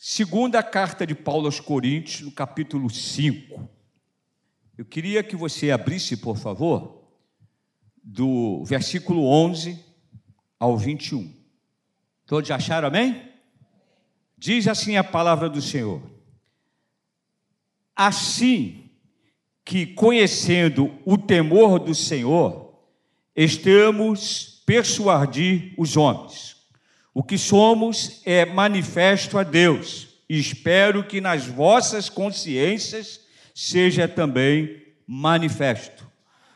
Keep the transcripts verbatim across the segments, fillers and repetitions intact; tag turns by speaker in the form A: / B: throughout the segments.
A: Segunda carta de Paulo aos Coríntios, no capítulo cinco. Eu queria que você abrisse, por favor, do versículo onze ao vinte e um. Todos acharam, amém? Diz assim a palavra do Senhor: assim que, conhecendo o temor do Senhor, estamos persuadir os homens. O que somos é manifesto a Deus, e espero que nas vossas consciências seja também manifesto.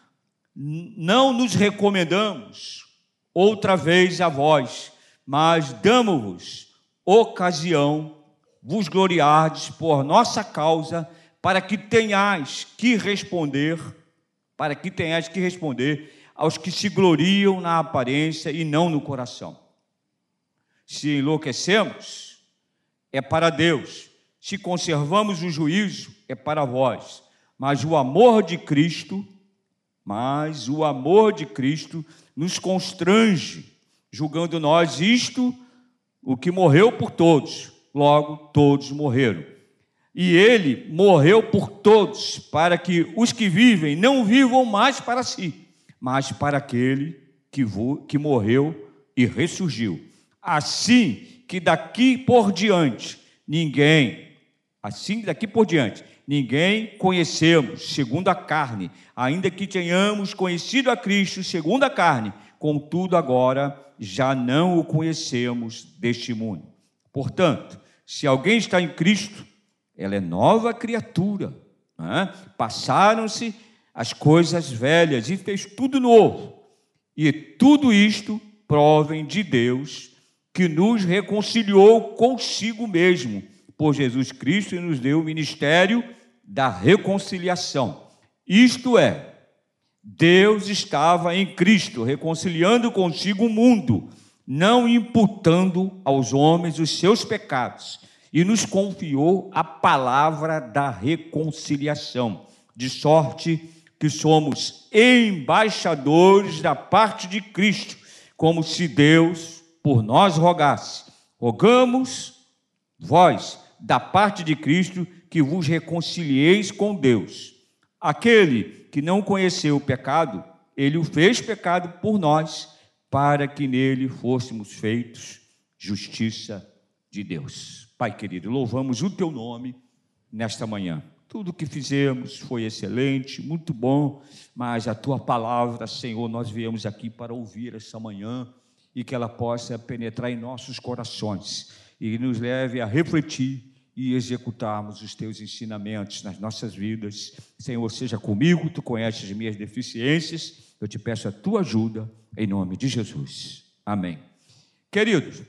A: Não nos recomendamos outra vez a vós, mas damos-vos ocasião, vos gloriardes por nossa causa, para que tenhais que responder, para que tenhais que responder aos que se gloriam na aparência e não no coração. Se enlouquecemos, é para Deus. Se conservamos o juízo, é para vós. Mas o amor de Cristo, mas o amor de Cristo nos constrange, julgando nós isto, o que morreu por todos, logo todos morreram. E ele morreu por todos, para que os que vivem não vivam mais para si, mas para aquele que, vo, que morreu e ressurgiu. Assim que daqui por diante, ninguém, assim daqui por diante, ninguém conhecemos segundo a carne, ainda que tenhamos conhecido a Cristo segundo a carne, contudo agora já não o conhecemos deste mundo. Portanto, se alguém está em Cristo, ela é nova criatura, né? Passaram-se as coisas velhas e fez tudo novo. E tudo isto provém de Deus, que nos reconciliou consigo mesmo, por Jesus Cristo, e nos deu o ministério da reconciliação. Isto é, Deus estava em Cristo, reconciliando consigo o mundo, não imputando aos homens os seus pecados, e nos confiou a palavra da reconciliação, de sorte que somos embaixadores da parte de Cristo, como se Deus por nós rogasse. Rogamos, vós, da parte de Cristo, que vos reconcilieis com Deus. Aquele que não conheceu o pecado, ele o fez pecado por nós, para que nele fôssemos feitos justiça de Deus. Pai querido, louvamos o teu nome nesta manhã. Tudo o que fizemos foi excelente, muito bom, mas a tua palavra, Senhor, nós viemos aqui para ouvir essa manhã, e que ela possa penetrar em nossos corações e nos leve a refletir e executarmos os teus ensinamentos nas nossas vidas. Senhor, seja comigo, tu conheces as minhas deficiências, eu te peço a tua ajuda, em nome de Jesus. Amém. Queridos,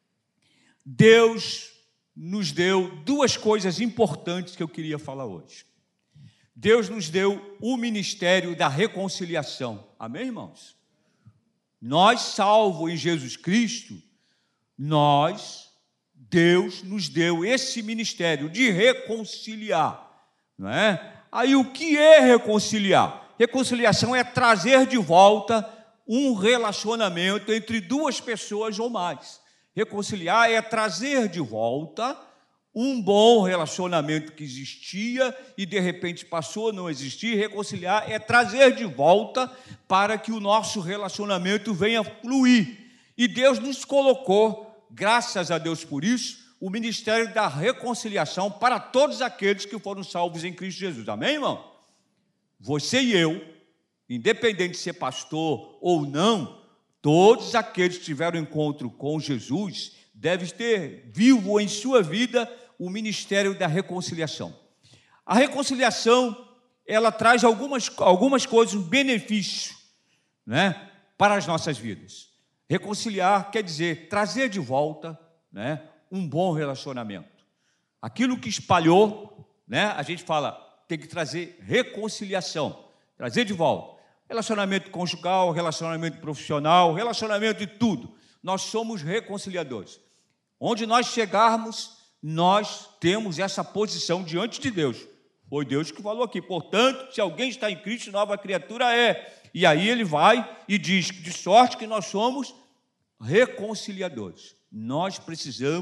A: Deus nos deu duas coisas importantes que eu queria falar hoje. Deus nos deu o ministério da reconciliação. Amém, irmãos? Nós, salvos em Jesus Cristo, nós, Deus nos deu esse ministério de reconciliar, não é? Aí o que é reconciliar? Reconciliação é trazer de volta um relacionamento entre duas pessoas ou mais. Reconciliar é trazer de volta um bom relacionamento que existia e de repente passou a não existir. Reconciliar é trazer de volta para que o nosso relacionamento venha fluir. E Deus nos colocou, graças a Deus por isso, o ministério da reconciliação para todos aqueles que foram salvos em Cristo Jesus. Amém, irmão? Você e eu, independente de ser pastor ou não, todos aqueles que tiveram encontro com Jesus devem ter vivo em sua vida o ministério da reconciliação. A reconciliação, ela traz algumas, algumas coisas, um benefício, né, para as nossas vidas. Reconciliar quer dizer trazer de volta, né, um bom relacionamento. Aquilo que espalhou, né, a gente fala, tem que trazer reconciliação, trazer de volta. Relacionamento conjugal, relacionamento profissional, relacionamento de tudo. Nós somos reconciliadores. Onde nós chegarmos, nós temos essa posição diante de Deus. Foi Deus que falou aqui. Portanto, se alguém está em Cristo, nova criatura é. E aí ele vai e diz, de sorte que nós somos reconciliadores. Nós precisamos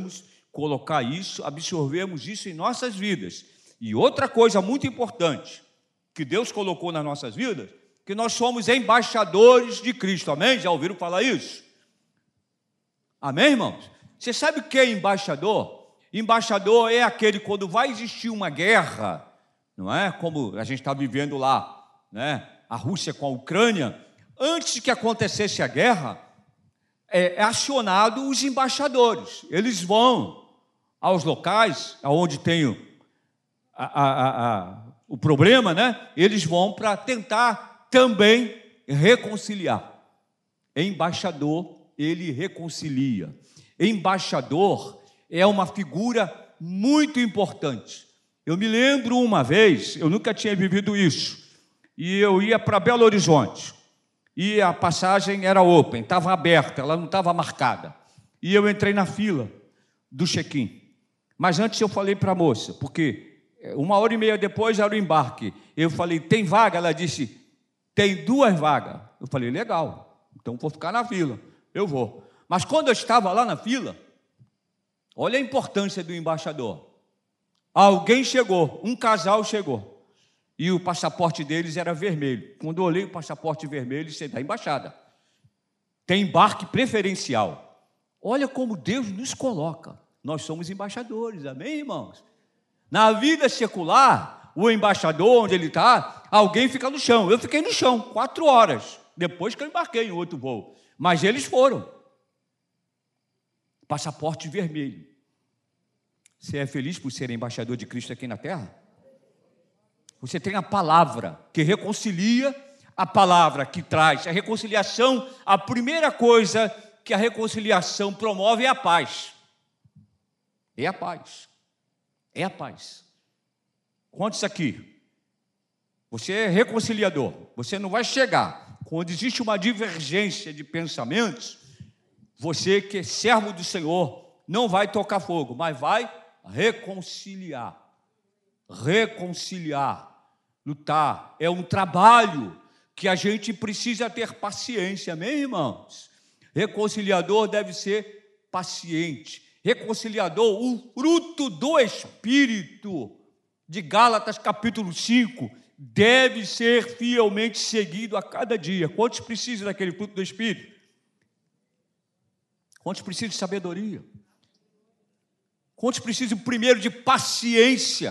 A: colocar isso, absorvermos isso em nossas vidas. E outra coisa muito importante que Deus colocou nas nossas vidas, que nós somos embaixadores de Cristo, amém? Já ouviram falar isso? Amém, irmãos? Você sabe o que é embaixador? Embaixador é aquele quando vai existir uma guerra, não é? Como a gente está vivendo lá, né? A Rússia com a Ucrânia, antes que acontecesse a guerra, é, é acionado os embaixadores. Eles vão aos locais onde tem o, a, a, a, o problema, né? Eles vão para tentar também reconciliar. Embaixador, ele reconcilia. Embaixador é uma figura muito importante. Eu me lembro uma vez, eu nunca tinha vivido isso, e eu ia para Belo Horizonte, e a passagem era open, estava aberta, ela não estava marcada, e eu entrei na fila do check-in. Mas antes eu falei para a moça, porque uma hora e meia depois era o embarque, eu falei, tem vaga? Ela disse, tem duas vagas. Eu falei, legal, então vou ficar na fila, eu vou. Mas quando eu estava lá na fila, olha a importância do embaixador. Alguém chegou, um casal chegou, e o passaporte deles era vermelho. Quando eu olhei o passaporte vermelho, isso é da embaixada. Tem embarque preferencial. Olha como Deus nos coloca. Nós somos embaixadores, amém, irmãos? Na vida secular, o embaixador, onde ele está, alguém fica no chão. Eu fiquei no chão, quatro horas, depois que eu embarquei em outro voo. Mas eles foram. Passaporte vermelho. Você é feliz por ser embaixador de Cristo aqui na terra? Você tem a palavra que reconcilia, a palavra que traz a reconciliação. A primeira coisa que a reconciliação promove é a paz. É a paz. É a paz. Quantos aqui? Você é reconciliador. Você não vai chegar. Quando existe uma divergência de pensamentos, você que é servo do Senhor, não vai tocar fogo, mas vai reconciliar. Reconciliar. Lutar. É um trabalho que a gente precisa ter paciência, amém, irmãos? Reconciliador deve ser paciente. Reconciliador, o fruto do Espírito, de Gálatas capítulo cinco, deve ser fielmente seguido a cada dia. Quantos precisam daquele fruto do Espírito? Quantos precisam de sabedoria? Quantos precisam primeiro de paciência?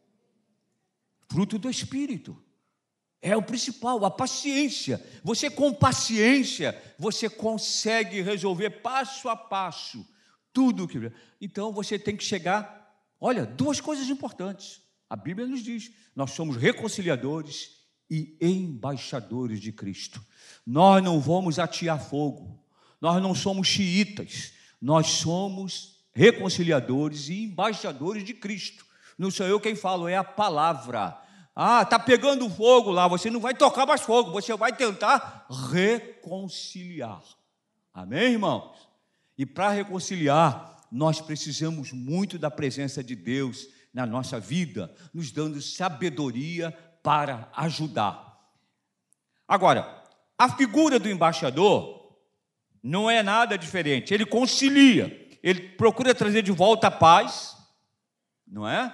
A: Fruto do Espírito. É o principal, a paciência. Você com paciência, você consegue resolver passo a passo tudo o que... Então você tem que chegar... Olha, duas coisas importantes. A Bíblia nos diz, nós somos reconciliadores e embaixadores de Cristo. Nós não vamos atear fogo. Nós não somos xiitas. Nós somos reconciliadores e embaixadores de Cristo. Não sou eu quem falo, é a palavra. Ah, está pegando fogo lá, você não vai tocar mais fogo, você vai tentar reconciliar. Amém, irmãos? E para reconciliar, nós precisamos muito da presença de Deus na nossa vida, nos dando sabedoria para ajudar. Agora, a figura do embaixador não é nada diferente, ele concilia, ele procura trazer de volta a paz, não é?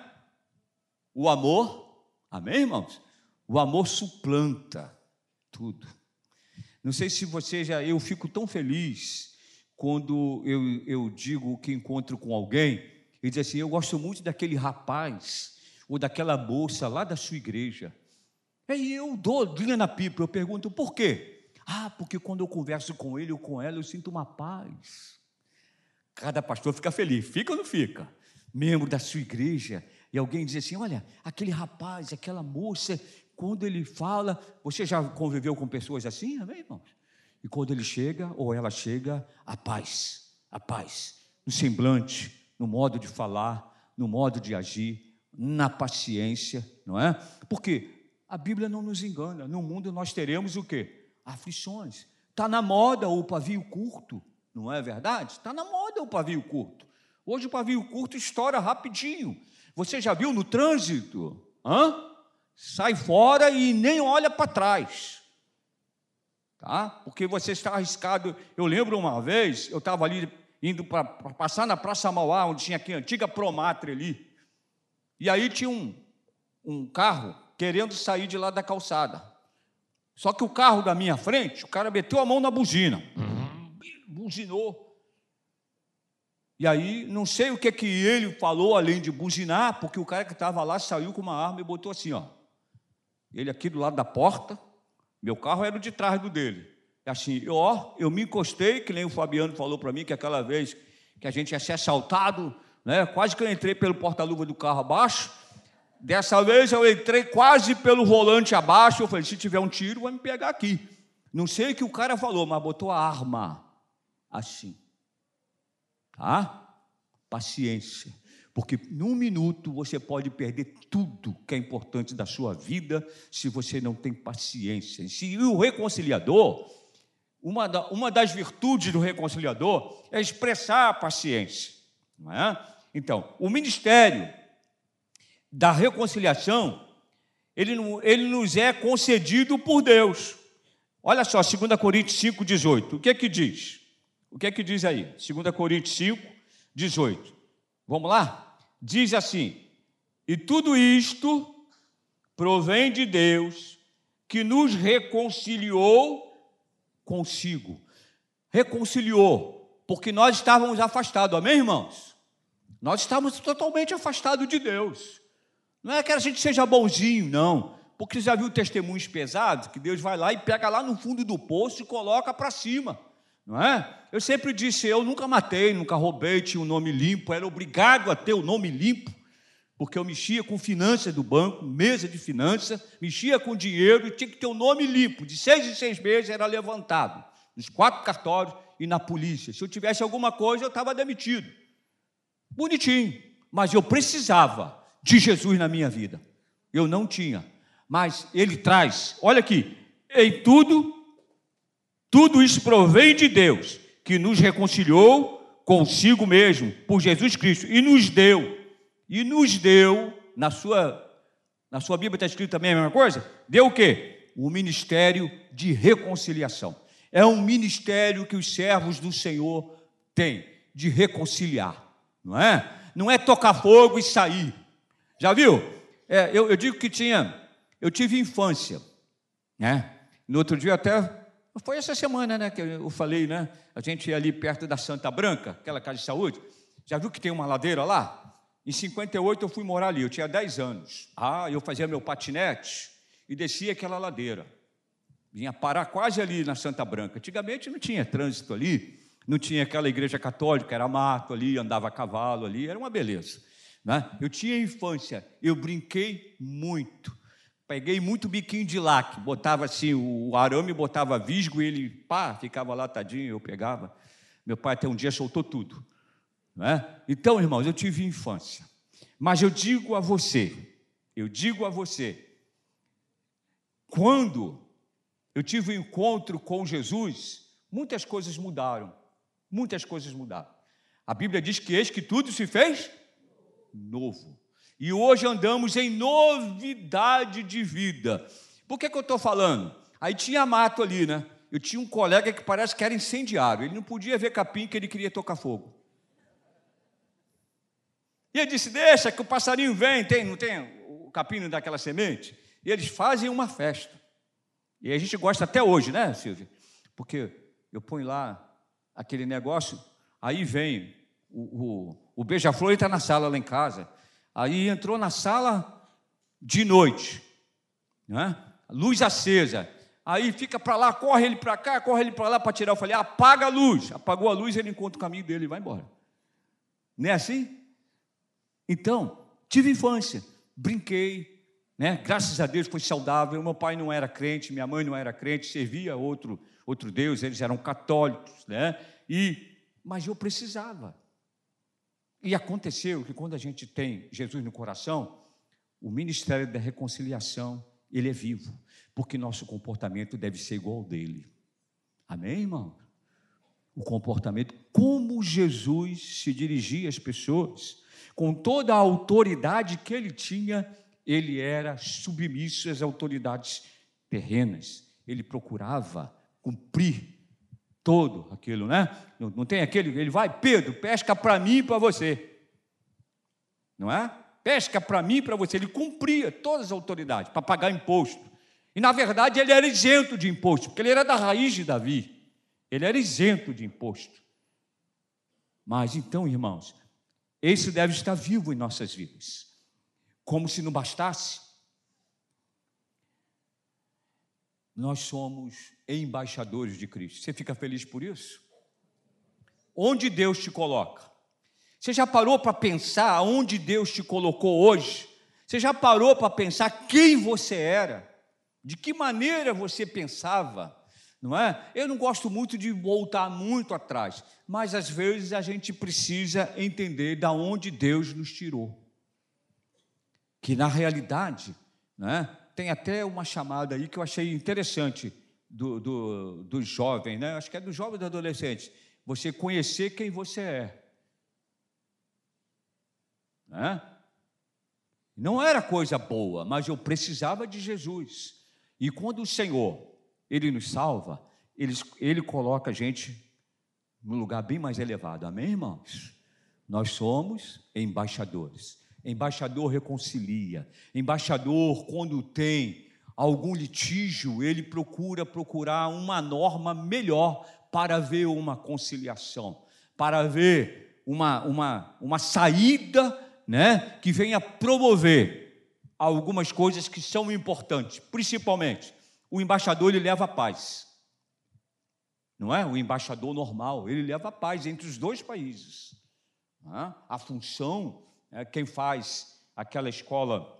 A: O amor, amém, irmãos? O amor suplanta tudo. Não sei se você já... Eu fico tão feliz quando eu, eu digo que encontro com alguém e diz assim, eu gosto muito daquele rapaz ou daquela moça lá da sua igreja. Aí eu dou linha na pipa, eu pergunto, por quê? Ah, porque quando eu converso com ele ou com ela, eu sinto uma paz. Cada pastor fica feliz, fica ou não fica? Membro da sua igreja, e alguém diz assim, olha, aquele rapaz, aquela moça, quando ele fala, você já conviveu com pessoas assim, amém, irmãos? E quando ele chega, ou ela chega, a paz, a paz, no semblante, no modo de falar, no modo de agir, na paciência, não é? Porque a Bíblia não nos engana, no mundo nós teremos o quê? Aflições. Está na moda o pavio curto, não é verdade? Está na moda o pavio curto. Hoje o pavio curto estoura rapidinho. Você já viu no trânsito? Hã? Sai fora e nem olha para trás. Tá? Porque você está arriscado. Eu lembro uma vez, eu estava ali indo para passar na Praça Mauá, onde tinha aqui a antiga Promatre ali. E aí tinha um, um carro querendo sair de lá da calçada. Só que o carro da minha frente, o cara meteu a mão na buzina. Buzinou. E aí, não sei o que, que ele falou, além de buzinar, porque o cara que estava lá saiu com uma arma e botou assim, ó. Ele aqui do lado da porta, meu carro era o de trás do dele. Assim, ó, eu me encostei, que nem o Fabiano falou para mim, que aquela vez que a gente ia ser assaltado, né, quase que eu entrei pelo porta-luva do carro abaixo. Dessa vez eu entrei quase pelo volante abaixo. Eu falei, se tiver um tiro, vai me pegar aqui. Não sei o que o cara falou, mas botou a arma assim. Tá? Paciência. Porque num minuto você pode perder tudo que é importante da sua vida se você não tem paciência. E o reconciliador, uma, da, uma das virtudes do reconciliador é expressar a paciência. Não é? Então, o ministério da reconciliação, ele, ele nos é concedido por Deus. Olha só, dois Coríntios cinco, dezoito. O que é que diz? O que é que diz aí? dois Coríntios cinco, dezoito. Vamos lá? Diz assim: e tudo isto provém de Deus, que nos reconciliou consigo. Reconciliou, porque nós estávamos afastados, amém, irmãos? Nós estávamos totalmente afastados de Deus. Não é que a gente seja bonzinho, não. Porque você já viu testemunhos pesados, que Deus vai lá e pega lá no fundo do poço e coloca para cima. Não é? Eu sempre disse, eu nunca matei, nunca roubei, tinha um nome limpo, era obrigado a ter o nome limpo, porque eu mexia com finanças do banco, mesa de finanças, mexia com dinheiro e tinha que ter o nome limpo. De seis em seis meses era levantado, nos quatro cartórios e na polícia. Se eu tivesse alguma coisa, eu estava demitido. Bonitinho, mas eu precisava de Jesus na minha vida. Eu não tinha, mas Ele traz, olha aqui, em tudo, tudo isso provém de Deus, que nos reconciliou consigo mesmo, por Jesus Cristo, e nos deu, e nos deu, na sua, na sua Bíblia está escrito também a mesma coisa, deu o quê? O ministério de reconciliação. É um ministério que os servos do Senhor têm, de reconciliar, não é? Não é tocar fogo e sair. Já viu? É, eu, eu digo que tinha, eu tive infância, né? No outro dia até, foi essa semana, né, que eu falei, né? A gente ia ali perto da Santa Branca, aquela casa de saúde. Já viu que tem uma ladeira lá? Em cinquenta e oito eu fui morar ali, eu tinha dez anos. Ah, eu fazia meu patinete e descia aquela ladeira. Vinha parar quase ali na Santa Branca. Antigamente não tinha trânsito ali, não tinha aquela igreja católica, era mato ali, andava a cavalo ali, era uma beleza, né? Eu tinha infância, eu brinquei muito. Peguei muito biquinho de laque, botava assim, o arame botava visgo e ele, pá, ficava lá tadinho, eu pegava. Meu pai até um dia soltou tudo, né? Então, irmãos, eu tive infância. Mas eu digo a você, eu digo a você, quando eu tive um encontro com Jesus, muitas coisas mudaram, muitas coisas mudaram. A Bíblia diz que eis que tudo se fez novo. E hoje andamos em novidade de vida. Por que que eu estou falando? Aí tinha mato ali, né? Eu tinha um colega que parece que era incendiário. Ele não podia ver capim, que ele queria tocar fogo. E ele disse, deixa que o passarinho vem, tem, não tem o capim não dá aquela semente? E eles fazem uma festa. E a gente gosta até hoje, né, Silvia? Porque eu ponho lá aquele negócio, aí vem o, o, o beija-flor está na sala lá em casa. Aí entrou na sala de noite, né? Luz acesa. Aí fica para lá, corre ele para cá, corre ele para lá para tirar. Eu falei, apaga a luz. Apagou a luz, ele encontra o caminho dele e vai embora. Não é assim? Então, tive infância, brinquei, né? Graças a Deus foi saudável. Meu pai não era crente, minha mãe não era crente, servia outro, outro Deus, eles eram católicos, né? E, mas eu precisava. E aconteceu que quando a gente tem Jesus no coração, o ministério da reconciliação, ele é vivo, porque nosso comportamento deve ser igual ao dele. Amém, irmão? O comportamento, como Jesus se dirigia às pessoas, com toda a autoridade que ele tinha, ele era submisso às autoridades terrenas. Ele procurava cumprir todo aquilo, né? Não, não tem aquele, ele vai, Pedro, pesca para mim e para você. Não é? Pesca para mim e para você. Ele cumpria todas as autoridades para pagar imposto. E, na verdade, ele era isento de imposto, porque ele era da raiz de Davi. Ele era isento de imposto. Mas, então, irmãos, esse deve estar vivo em nossas vidas. Como se não bastasse, nós somos embaixadores de Cristo. Você fica feliz por isso? Onde Deus te coloca? Você já parou para pensar onde Deus te colocou hoje? Você já parou para pensar quem você era? De que maneira você pensava? Não é? Eu não gosto muito de voltar muito atrás, mas às vezes a gente precisa entender de onde Deus nos tirou. Que na realidade, né, tem até uma chamada aí que eu achei interessante do, do, do jovem, né? Acho que é do jovem e do adolescente. Você conhecer quem você é. Né? Não era coisa boa, mas eu precisava de Jesus. E quando o Senhor, Ele nos salva, Ele, ele coloca a gente num lugar bem mais elevado. Amém, irmãos? Nós somos embaixadores. Embaixador reconcilia. Embaixador, quando tem algum litígio, ele procura procurar uma norma melhor para ver uma conciliação, para ver uma, uma, uma saída, né, que venha promover algumas coisas que são importantes. Principalmente, o embaixador, ele leva a paz. Não é? O embaixador normal, ele leva a paz entre os dois países. A função, é, quem faz aquela escola,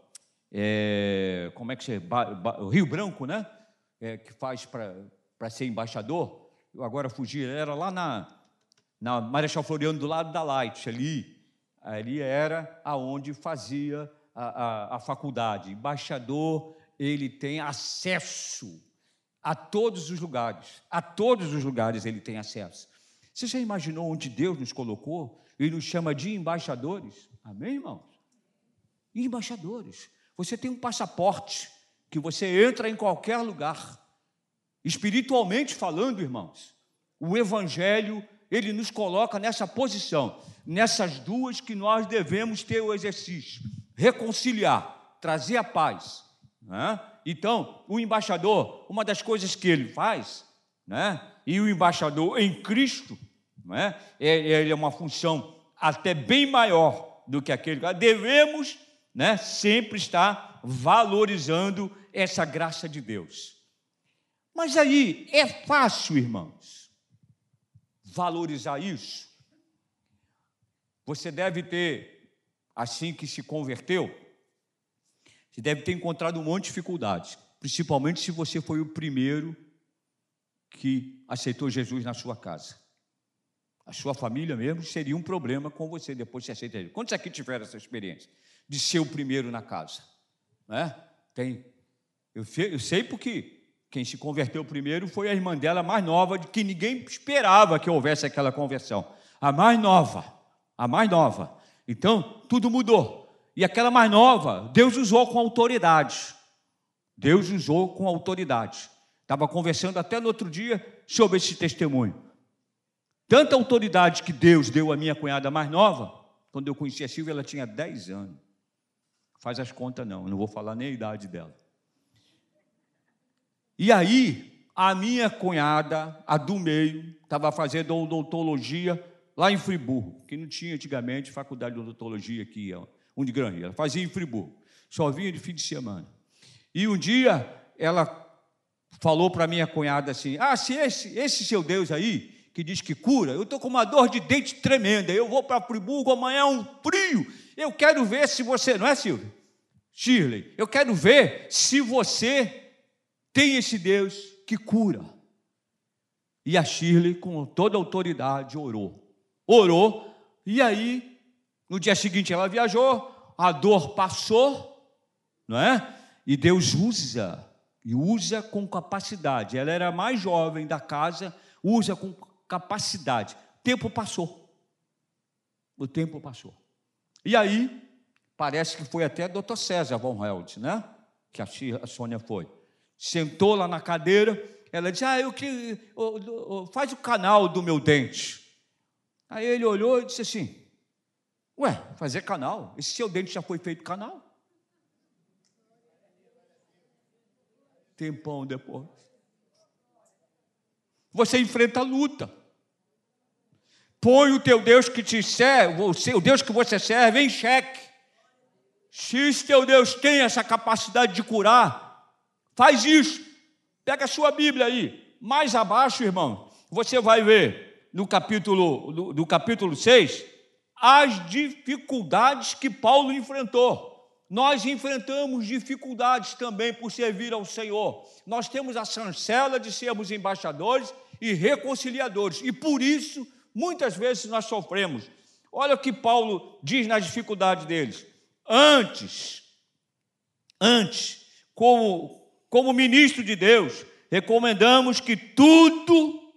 A: é, como é que se chama? Rio Branco, né? É, que faz para ser embaixador, eu agora fugi, era lá na, na Marechal Floriano, do lado da Light, ali, ali era aonde fazia a, a, a faculdade. Embaixador, ele tem acesso a todos os lugares, a todos os lugares ele tem acesso. Você já imaginou onde Deus nos colocou? Ele nos chama de embaixadores. Amém, irmãos? Embaixadores. Você tem um passaporte que você entra em qualquer lugar. Espiritualmente falando, irmãos, o Evangelho, ele nos coloca nessa posição, nessas duas que nós devemos ter o exercício. Reconciliar, trazer a paz. Né? Então, o embaixador, uma das coisas que ele faz, né? E o embaixador em Cristo, né? Ele é uma função até bem maior do que aquele. Devemos, né, sempre estar valorizando essa graça de Deus. Mas aí, é fácil, irmãos, valorizar isso? Você deve ter, assim que se converteu, você deve ter encontrado um monte de dificuldades, principalmente se você foi o primeiro que aceitou Jesus na sua casa. A sua família mesmo seria um problema com você depois que você aceita ele. Quantos aqui tiveram essa experiência de ser o primeiro na casa? Né? Tem. Eu, eu sei porque quem se converteu primeiro foi a irmã dela mais nova, de que ninguém esperava que houvesse aquela conversão. A mais nova, a mais nova. Então, tudo mudou. E aquela mais nova, Deus usou com autoridade. Deus usou com autoridade. Estava conversando até no outro dia sobre esse testemunho. Tanta autoridade que Deus deu à minha cunhada mais nova, quando eu conheci a Silvia, ela tinha dez anos. Faz as contas não, eu não vou falar nem a idade dela. E aí, a minha cunhada, a do meio, estava fazendo odontologia lá em Friburgo, que não tinha antigamente faculdade de odontologia aqui, onde grande, ela fazia em Friburgo, só vinha de fim de semana. E um dia, ela falou para a minha cunhada assim, ah, se esse, esse seu Deus aí, que diz que cura, eu estou com uma dor de dente tremenda, eu vou para Friburgo, amanhã é um frio, eu quero ver se você, não é, Silvia? Shirley, eu quero ver se você tem esse Deus que cura. E a Shirley, com toda a autoridade, orou. Orou, e aí, no dia seguinte ela viajou, a dor passou, não é? E Deus usa, e usa com capacidade. Ela era a mais jovem da casa, usa com capacidade. O tempo passou. O tempo passou. E aí, parece que foi até doutor César von Held, né? Que a Sônia foi. Sentou lá na cadeira, ela disse, ah, eu que faz o canal do meu dente. Aí ele olhou e disse assim, ué, fazer canal? Esse seu dente já foi feito canal? Tempão depois. Você enfrenta a luta. Põe o teu Deus que te serve, o Deus que você serve em xeque. Se esse teu Deus tem essa capacidade de curar, faz isso. Pega a sua Bíblia aí. Mais abaixo, irmão, você vai ver no capítulo, no, no capítulo seis, as dificuldades que Paulo enfrentou. Nós enfrentamos dificuldades também por servir ao Senhor. Nós temos a chancela de sermos embaixadores e reconciliadores. E por isso, muitas vezes nós sofremos. Olha o que Paulo diz nas dificuldades deles. Antes, antes, como, como ministro de Deus, recomendamos que tudo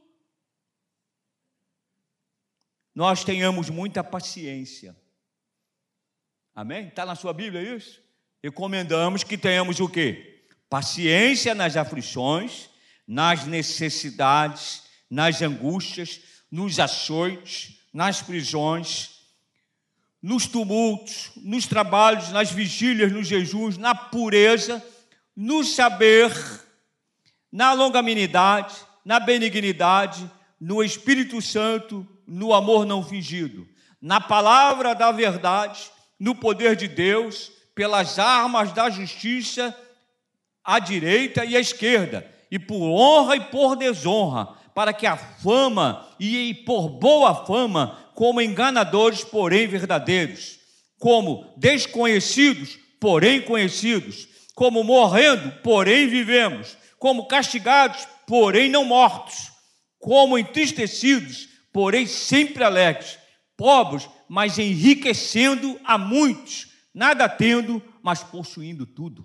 A: nós tenhamos muita paciência. Amém? Está na sua Bíblia isso? Recomendamos que tenhamos o quê? Paciência nas aflições, nas necessidades, nas angústias, nos açoites, nas prisões, nos tumultos, nos trabalhos, nas vigílias, nos jejuns, na pureza, no saber, na longanimidade, na benignidade, no Espírito Santo, no amor não fingido, na palavra da verdade, no poder de Deus, pelas armas da justiça, à direita e à esquerda, e por honra e por desonra, para que a fama, e por boa fama, como enganadores, porém verdadeiros, como desconhecidos, porém conhecidos, como morrendo, porém vivemos, como castigados, porém não mortos, como entristecidos, porém sempre alegres, pobres, mas enriquecendo a muitos, nada tendo, mas possuindo tudo.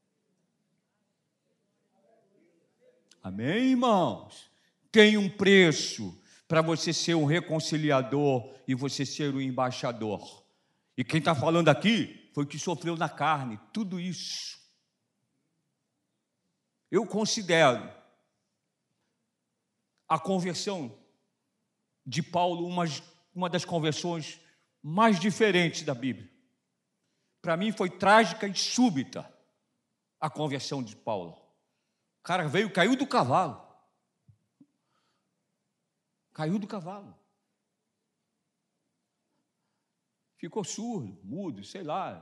A: Amém, irmãos? Tem um preço para você ser um reconciliador e você ser um embaixador. E quem está falando aqui foi o que sofreu na carne, tudo isso. Eu considero a conversão de Paulo uma, uma das conversões mais diferentes da Bíblia. Para mim foi trágica e súbita a conversão de Paulo. O cara veio, caiu do cavalo. Caiu do cavalo. Ficou surdo, mudo, sei lá.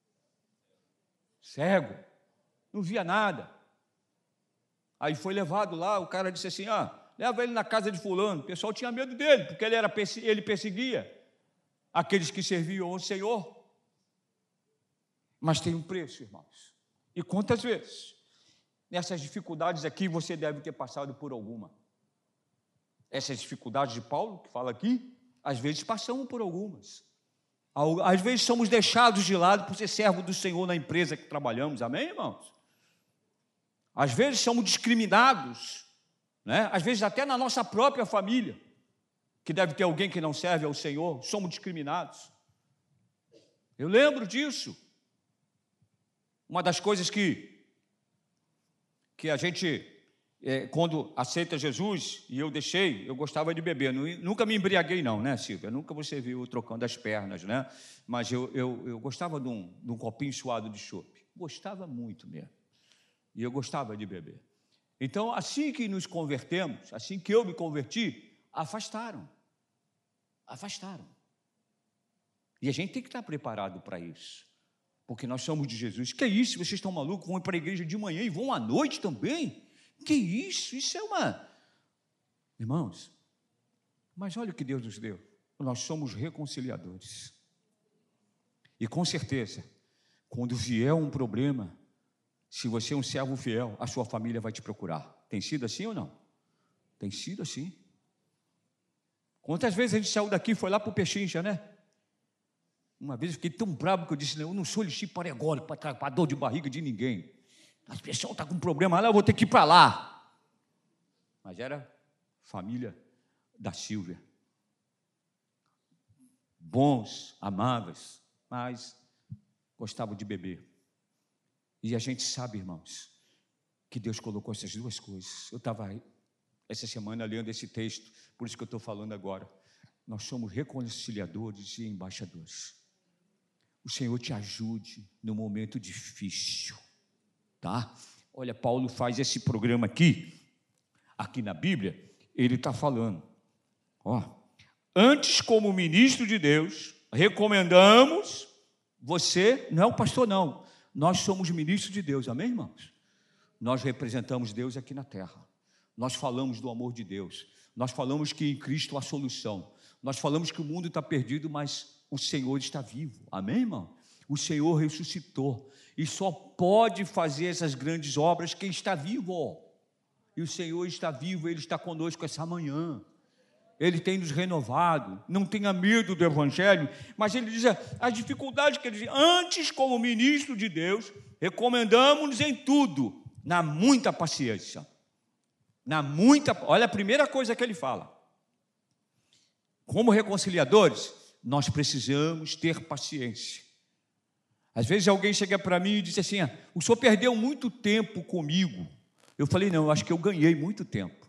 A: Cego. Não via nada. Aí foi levado lá, o cara disse assim, ah, leva ele na casa de fulano. O pessoal tinha medo dele, porque ele, era, ele perseguia aqueles que serviam ao Senhor. Mas tem um preço, irmãos. E quantas vezes, nessas dificuldades aqui, você deve ter passado por alguma. Essas dificuldades de Paulo, que fala aqui, às vezes passamos por algumas. Às vezes somos deixados de lado por ser servo do Senhor na empresa que trabalhamos. Amém, irmãos? Às vezes somos discriminados, né? Às vezes até na nossa própria família, que deve ter alguém que não serve ao Senhor, somos discriminados. Eu lembro disso. Uma das coisas que, que a gente, é, quando aceita Jesus, e eu deixei, eu gostava de beber. Nunca me embriaguei não, né, Silvia? Nunca você viu trocando as pernas, né? Mas eu, eu, eu gostava de um, de um copinho suado de chope. Gostava muito mesmo. E eu gostava de beber. Então, assim que nos convertemos, assim que eu me converti, afastaram. Afastaram. E a gente tem que estar preparado para isso. Porque nós somos de Jesus. Que isso? Vocês estão malucos? Vão para a igreja de manhã e vão à noite também? Que isso? Isso é uma... Irmãos, mas olha o que Deus nos deu. Nós somos reconciliadores. E com certeza, quando vier um problema, se você é um servo fiel, a sua família vai te procurar. Tem sido assim ou não? Tem sido assim. Quantas vezes a gente saiu daqui e foi lá para o Pechincha, né? Uma vez eu fiquei tão bravo que eu disse, eu não sou lixo para ególio, para dor de barriga de ninguém. As pessoas estão com um problema lá, eu vou ter que ir para lá. Mas era família da Silvia. Bons, amáveis, mas gostavam de beber. E a gente sabe, irmãos, que Deus colocou essas duas coisas. Eu estava essa semana lendo esse texto, por isso que eu estou falando agora. Nós somos reconciliadores e embaixadores. O Senhor te ajude no momento difícil, tá? Olha, Paulo faz esse programa aqui, aqui na Bíblia, ele está falando, ó, antes como ministro de Deus, recomendamos você, não é o pastor não, nós somos ministros de Deus, amém, irmãos? Nós representamos Deus aqui na terra, nós falamos do amor de Deus, nós falamos que em Cristo há solução, nós falamos que o mundo está perdido, mas o Senhor está vivo, amém, irmão? O Senhor ressuscitou, e só pode fazer essas grandes obras quem está vivo, e o Senhor está vivo, Ele está conosco essa manhã, Ele tem nos renovado, não tenha medo do Evangelho, mas Ele diz, as dificuldades que Ele diz, antes como ministro de Deus, recomendamos-nos em tudo, na muita paciência, na muita, olha a primeira coisa que Ele fala, como reconciliadores, nós precisamos ter paciência. Às vezes alguém chega para mim e diz assim, ah, o senhor perdeu muito tempo comigo. Eu falei, não, eu acho que eu ganhei muito tempo.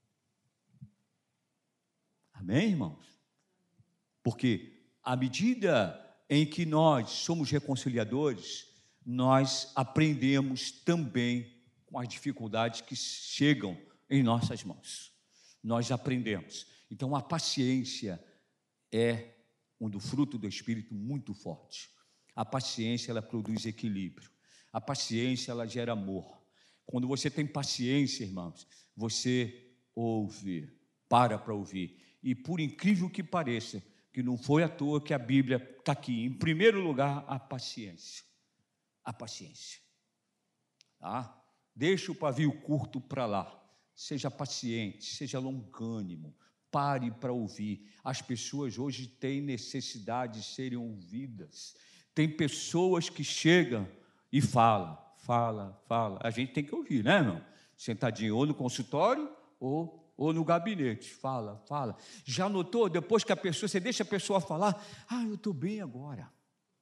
A: Amém, irmãos? Porque à medida em que nós somos reconciliadores, nós aprendemos também com as dificuldades que chegam em nossas mãos. Nós aprendemos. Então, a paciência é um do fruto do Espírito muito forte. A paciência, ela produz equilíbrio. A paciência, ela gera amor. Quando você tem paciência, irmãos, você ouve, para para ouvir. E por incrível que pareça, que não foi à toa que a Bíblia está aqui. Em primeiro lugar, a paciência. A paciência. Tá? Deixa o pavio curto para lá. Seja paciente, seja longânimo. Pare para ouvir. As pessoas hoje têm necessidade de serem ouvidas. Tem pessoas que chegam e falam, fala, fala. A gente tem que ouvir, né, irmão? Sentadinho ou no consultório ou, ou no gabinete. Fala, fala. Já notou, depois que a pessoa, você deixa a pessoa falar, ah, eu estou bem agora.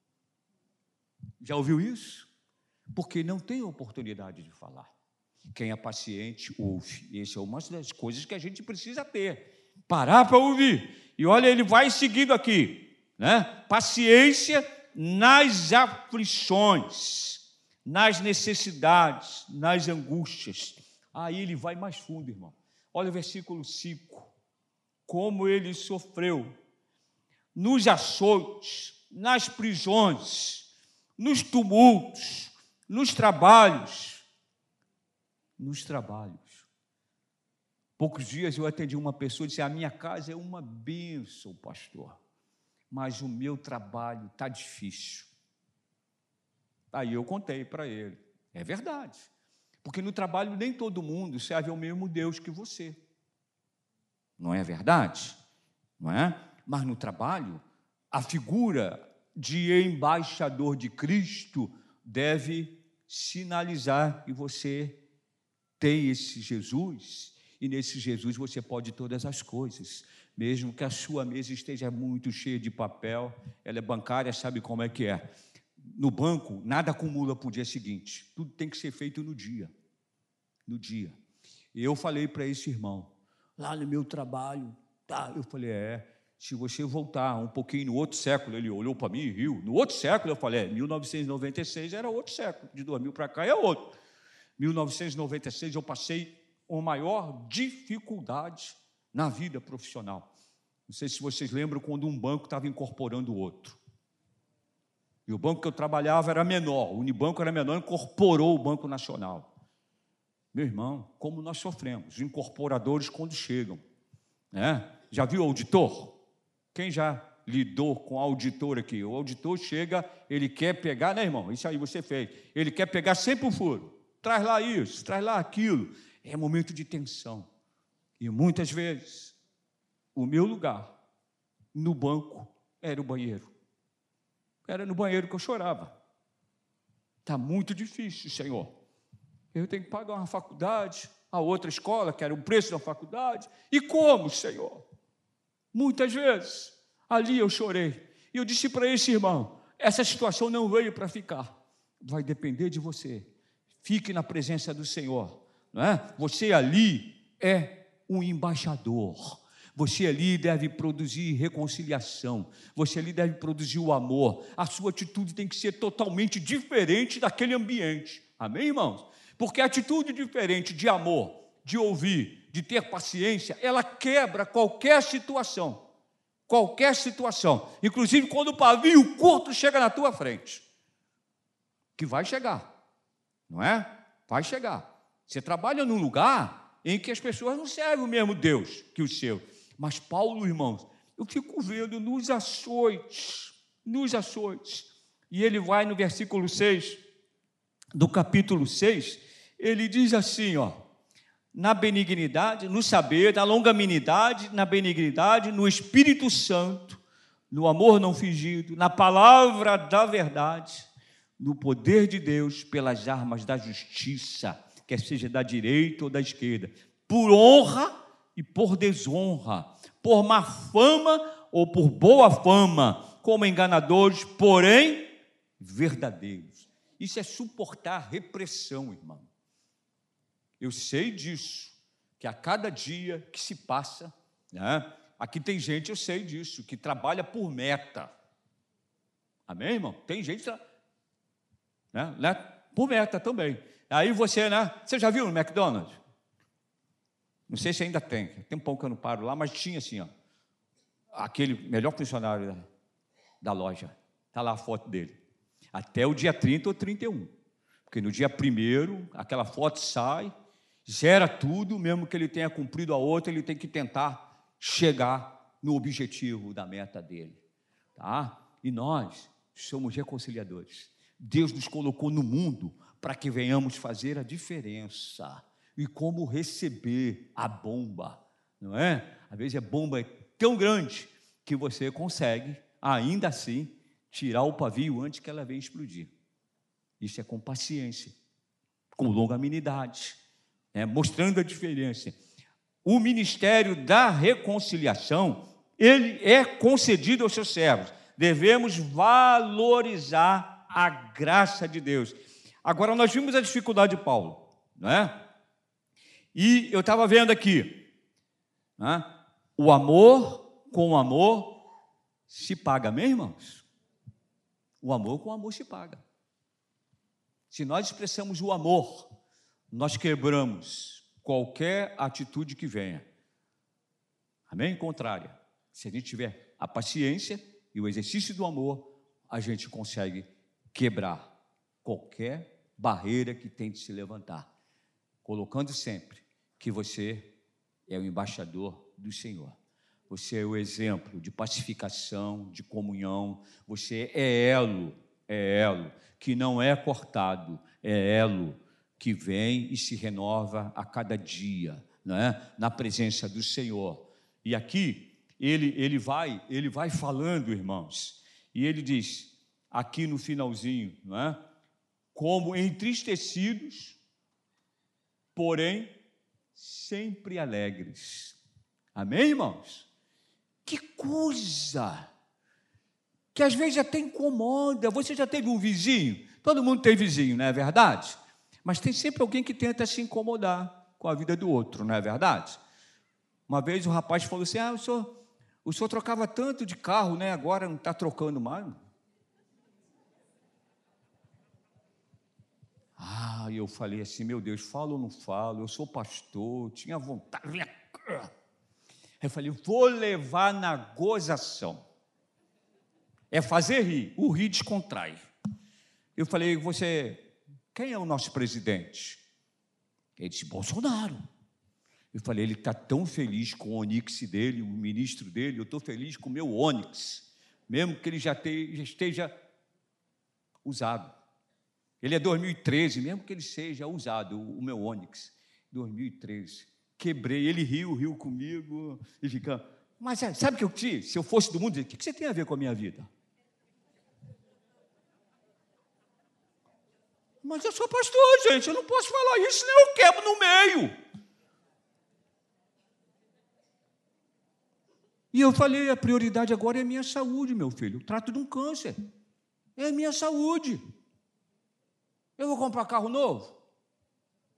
A: Já ouviu isso? Porque não tem oportunidade de falar. Quem é paciente, ouve. Essa é uma das coisas que a gente precisa ter. Parar para ouvir. E olha, ele vai seguindo aqui, né? Paciência nas aflições, nas necessidades, nas angústias. Aí ele vai mais fundo, irmão. Olha o versículo cinco. Como ele sofreu nos açoites, nas prisões, nos tumultos, nos trabalhos, nos trabalhos. Poucos dias eu atendi uma pessoa e disse, a minha casa é uma bênção, pastor, mas o meu trabalho está difícil. Aí eu contei para ele, é verdade, porque no trabalho nem todo mundo serve ao mesmo Deus que você, não é verdade? Não é? Mas no trabalho, a figura de embaixador de Cristo deve sinalizar que você tem esse Jesus. E nesse Jesus você pode todas as coisas, mesmo que a sua mesa esteja muito cheia de papel, ela é bancária, sabe como é que é. No banco, nada acumula para o dia seguinte, tudo tem que ser feito no dia, no dia. E eu falei para esse irmão, lá no meu trabalho, tá? Eu falei, é, se você voltar um pouquinho no outro século, ele olhou para mim e riu, no outro século, eu falei, é, mil novecentos e noventa e seis era outro século, de dois mil para cá é outro. mil novecentos e noventa e seis eu passei a maior dificuldade na vida profissional. Não sei se vocês lembram quando um banco estava incorporando o outro. E o banco que eu trabalhava era menor, o Unibanco era menor, incorporou o Banco Nacional. Meu irmão, como nós sofremos, os incorporadores quando chegam. Né? Já viu o auditor? Quem já lidou com o auditor aqui? O auditor chega, ele quer pegar, né, irmão? Isso aí você fez. Ele quer pegar sempre o furo. Traz lá isso, traz lá aquilo. É momento de tensão. E muitas vezes, o meu lugar no banco era o banheiro. Era no banheiro que eu chorava. Está muito difícil, Senhor. Eu tenho que pagar uma faculdade, a outra escola, que era o preço da faculdade. E como, Senhor? Muitas vezes, ali eu chorei. E eu disse para esse irmão, essa situação não veio para ficar. Vai depender de você. fique na presença do Senhor, não é? Você ali é um embaixador. Você ali deve produzir reconciliação, você ali deve produzir o amor, a sua atitude tem que ser totalmente diferente daquele ambiente, amém, irmãos? Porque a atitude diferente de amor, de ouvir, de ter paciência, ela quebra qualquer situação, qualquer situação, inclusive quando o pavio curto chega na tua frente, que vai chegar, não é? Vai chegar. Você trabalha num lugar em que as pessoas não servem o mesmo Deus que o seu. Mas Paulo, irmãos, eu fico vendo nos açoites, nos açoites, e ele vai no versículo seis, do capítulo seis, ele diz assim, ó, na benignidade, no saber, na longanimidade, na benignidade, no Espírito Santo, no amor não fingido, na palavra da verdade, no poder de Deus, pelas armas da justiça, quer seja da direita ou da esquerda, por honra e por desonra, por má fama ou por boa fama, como enganadores, porém verdadeiros. Isso é suportar repressão, irmão. Eu sei disso, que a cada dia que se passa, né, aqui tem gente, eu sei disso, que trabalha por meta. Amém, irmão? Tem gente, né, né, por meta também. Aí você, né, você já viu no McDonald's? Não sei se ainda tem, tem um pouco que eu não paro lá, mas tinha assim, ó, aquele melhor funcionário da, da loja, está lá a foto dele, até o dia trinta ou trinta e um, porque no dia primeiro, aquela foto sai, zera tudo, mesmo que ele tenha cumprido a outra, ele tem que tentar chegar no objetivo da meta dele, tá? E nós somos reconciliadores, Deus nos colocou no mundo para que venhamos fazer a diferença. E como receber a bomba, não é? Às vezes a bomba é tão grande que você consegue, ainda assim, tirar o pavio antes que ela venha explodir. Isso é com paciência, com longanimidade, né? Mostrando a diferença. O ministério da reconciliação, ele é concedido aos seus servos. Devemos valorizar a graça de Deus. Agora, nós vimos a dificuldade de Paulo, não é? E eu estava vendo aqui, né? O amor com o amor se paga, amém, irmãos? O amor com o amor se paga. Se nós expressamos o amor, nós quebramos qualquer atitude que venha, amém? Contrária, se a gente tiver a paciência e o exercício do amor, a gente consegue quebrar qualquer barreira que tente se levantar, colocando sempre que você é o embaixador do Senhor. Você é o exemplo de pacificação, de comunhão. Você é elo, é elo que não é cortado, é elo que vem e se renova a cada dia, não é? Na presença do Senhor. E aqui ele, ele, vai, ele vai falando, irmãos, e ele diz, aqui no finalzinho, não é? Como entristecidos, porém sempre alegres. Amém, irmãos? Que coisa! Que às vezes até incomoda. Você já teve um vizinho? Todo mundo tem vizinho, não é verdade? Mas tem sempre alguém que tenta se incomodar com a vida do outro, não é verdade? Uma vez o rapaz falou assim, ah, o senhor, o senhor trocava tanto de carro, né? Agora não está trocando mais. Ah, e eu falei assim, meu Deus, falo ou não falo? Eu sou pastor, tinha vontade. Eu falei, vou levar na gozação. É fazer rir, o rir descontrai. Eu falei, você, quem é o nosso presidente? Ele disse, Bolsonaro. Eu falei, ele está tão feliz com o Onix dele, o ministro dele, eu estou feliz com o meu Onix, mesmo que ele já, te, já esteja usado. Ele é dois mil e treze, mesmo que ele seja usado, o meu Onix, dois mil e treze. Quebrei, ele riu, riu comigo, e fica, mas sabe o que eu disse? Se eu fosse do mundo, o que você tem a ver com a minha vida? Mas eu sou pastor, gente, eu não posso falar isso, senão eu quebro no meio. E eu falei, a prioridade agora é a minha saúde, meu filho. Eu trato de um câncer. É a minha saúde. Eu vou comprar carro novo?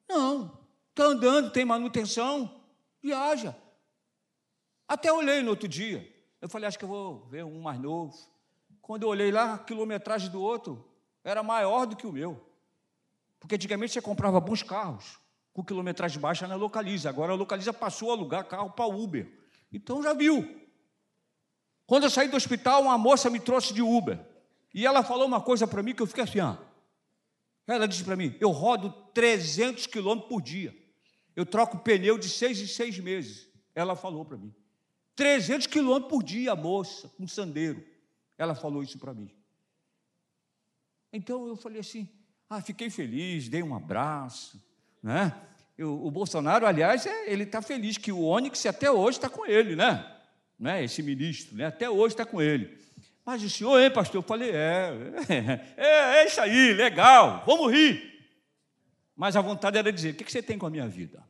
A: Não, está andando, tem manutenção, viaja. Até olhei no outro dia, eu falei, acho que eu vou ver um mais novo. Quando eu olhei lá, a quilometragem do outro era maior do que o meu. Porque antigamente você comprava bons carros, com quilometragem baixa na Localiza. Agora a Localiza passou a alugar carro para Uber. Então já viu. Quando eu saí do hospital, uma moça me trouxe de Uber. E ela falou uma coisa para mim que eu fiquei assim, ó. Ela disse para mim, eu rodo trezentos quilômetros por dia. Eu troco pneu de seis em seis meses. Ela falou para mim. trezentos quilômetros por dia, moça, um sandeiro. Ela falou isso para mim. Então eu falei assim, ah, fiquei feliz, dei um abraço, né? Eu, o Bolsonaro, aliás, é, ele está feliz que o Onyx até hoje está com ele, né? né? Esse ministro, né? Até hoje está com ele. Mas o senhor, hein, pastor? Eu falei, é, é, é isso aí, legal, vamos rir. Mas a vontade era dizer, o que você tem com a minha vida?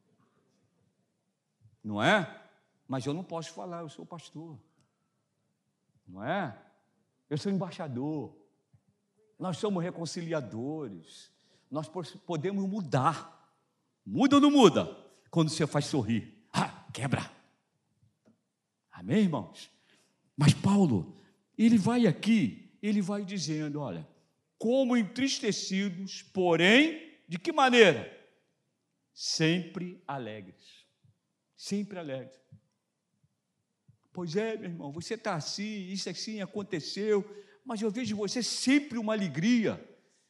A: Não é? Mas eu não posso falar, eu sou pastor. Não é? Eu sou embaixador. Nós somos reconciliadores. Nós podemos mudar. Muda ou não muda? Quando você faz sorrir. Ah, quebra. Amém, irmãos? Mas Paulo, ele vai aqui, ele vai dizendo, olha, como entristecidos, porém, de que maneira? Sempre alegres. Sempre alegres. Pois é, meu irmão, você está assim, isso assim aconteceu, mas eu vejo em você sempre uma alegria.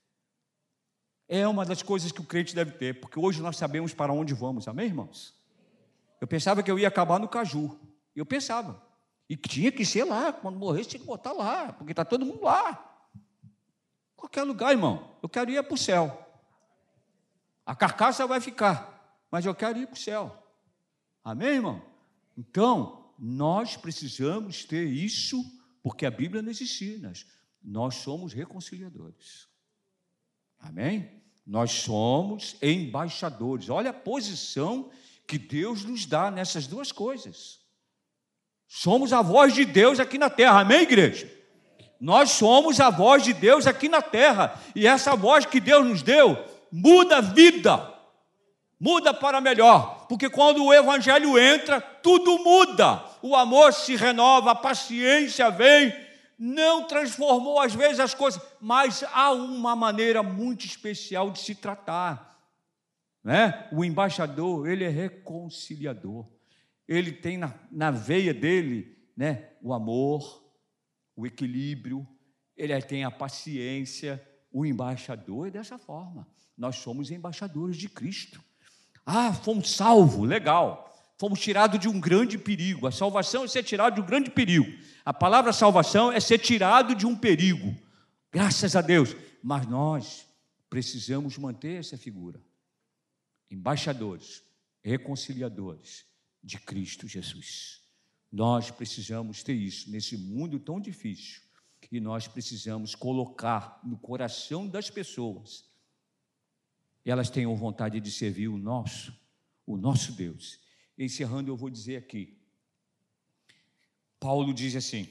A: É uma das coisas que o crente deve ter, porque hoje nós sabemos para onde vamos, amém, irmãos? Eu pensava que eu ia acabar no Caju, eu pensava, e que tinha que ser lá, quando morresse tinha que botar lá, porque está todo mundo lá. Qualquer lugar, irmão, eu quero ir para o céu. A carcaça vai ficar, mas eu quero ir para o céu. Amém, irmão? Então, nós precisamos ter isso, porque a Bíblia nos ensina. Nós somos reconciliadores. Amém? Nós somos embaixadores. Olha a posição que Deus nos dá nessas duas coisas. Somos a voz de Deus aqui na terra. Amém, igreja? Nós somos a voz de Deus aqui na terra. E essa voz que Deus nos deu muda a vida. Muda para melhor, porque quando o evangelho entra, tudo muda, o amor se renova, a paciência vem, não transformou às vezes as coisas, mas há uma maneira muito especial de se tratar, né? O embaixador, ele é reconciliador, ele tem na, na veia dele, né, o amor, o equilíbrio, ele tem a paciência. O embaixador é dessa forma, nós somos embaixadores de Cristo. Ah, fomos salvos, legal. Fomos tirados de um grande perigo. A salvação é ser tirado de um grande perigo. A palavra salvação é ser tirado de um perigo. Graças a Deus. Mas nós precisamos manter essa figura. Embaixadores, reconciliadores de Cristo Jesus. Nós precisamos ter isso nesse mundo tão difícil. E nós precisamos colocar no coração das pessoas, elas tenham vontade de servir o nosso, o nosso Deus. Encerrando, eu vou dizer aqui, Paulo diz assim,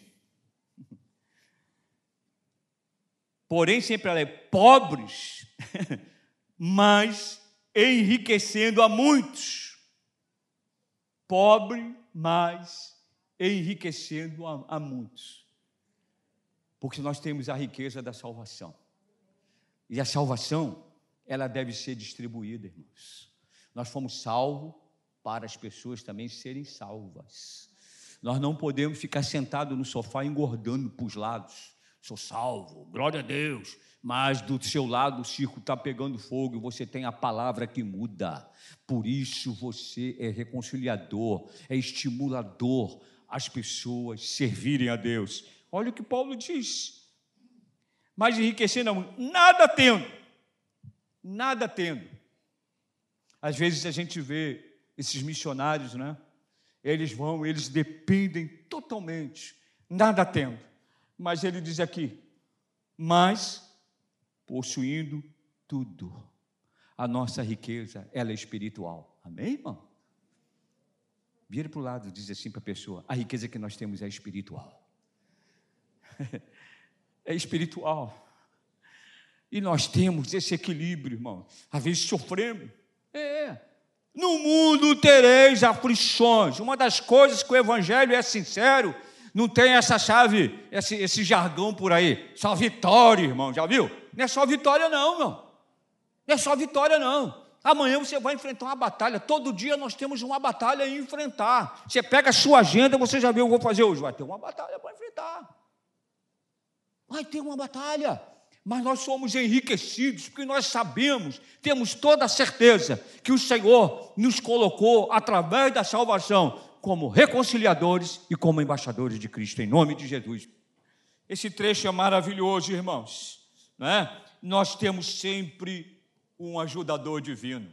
A: porém sempre ela é pobres, mas enriquecendo a muitos. Pobre, mas enriquecendo a, a muitos. Porque nós temos a riqueza da salvação. E a salvação, ela deve ser distribuída, irmãos. Nós fomos salvos para as pessoas também serem salvas. Nós não podemos ficar sentados no sofá engordando para os lados. Sou salvo, glória a Deus. Mas do seu lado o circo está pegando fogo e você tem a palavra que muda. Por isso você é reconciliador, é estimulador as pessoas servirem a Deus. Olha o que Paulo diz. Mas enriquecendo, nada tendo. Nada tendo. Às vezes a gente vê esses missionários, né? Eles vão, eles dependem totalmente, nada tendo. Mas ele diz aqui, mas possuindo tudo. A nossa riqueza, ela é espiritual. Amém, irmão? Vira para o lado e diz assim para a pessoa, a riqueza que nós temos é espiritual. É espiritual. E nós temos esse equilíbrio, irmão. Às vezes sofremos, É. No mundo tereis aflições. Uma das coisas que o evangelho é sincero, não tem essa chave, esse, esse jargão por aí. Só vitória, irmão, já viu? Não é só vitória não, irmão. Não é só vitória não. Amanhã você vai enfrentar uma batalha. Todo dia nós temos uma batalha a enfrentar. Você pega a sua agenda, você já viu o que eu vou fazer hoje. Vai ter uma batalha para enfrentar. Vai ter uma batalha. Mas nós somos enriquecidos, porque nós sabemos, temos toda a certeza que o Senhor nos colocou, através da salvação, como reconciliadores e como embaixadores de Cristo, em nome de Jesus. Esse trecho é maravilhoso, irmãos, não é? Nós temos sempre um ajudador divino.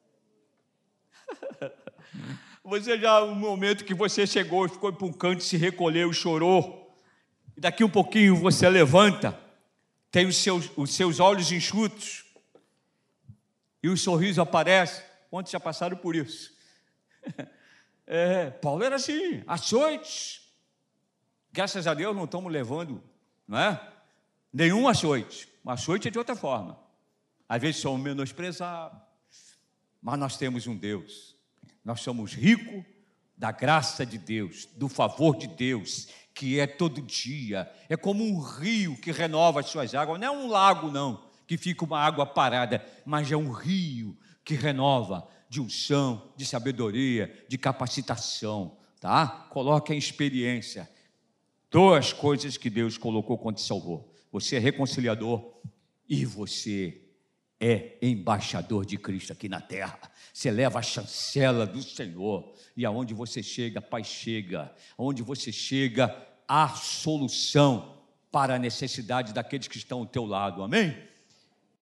A: Você já, no momento que você chegou, ficou para um canto, se recolheu e chorou, e daqui um pouquinho você levanta, tem os seus, os seus olhos enxutos, e o sorriso aparece. Quantos já passaram por isso? É, Paulo era assim, açoites. Graças a Deus não estamos levando, não é? Nenhum açoite. Um açoite é de outra forma. Às vezes somos menosprezados, mas nós temos um Deus. Nós somos ricos da graça de Deus, do favor de Deus, que é todo dia. É como um rio que renova as suas águas. Não é um lago, não, que fica uma água parada, mas é um rio que renova de unção, de sabedoria, de capacitação, tá? Coloque em experiência duas coisas que Deus colocou quando te salvou. Você é reconciliador e você é embaixador de Cristo aqui na terra. Você leva a chancela do Senhor, e aonde você chega, a paz chega. Aonde você chega, há solução para a necessidade daqueles que estão ao teu lado, amém?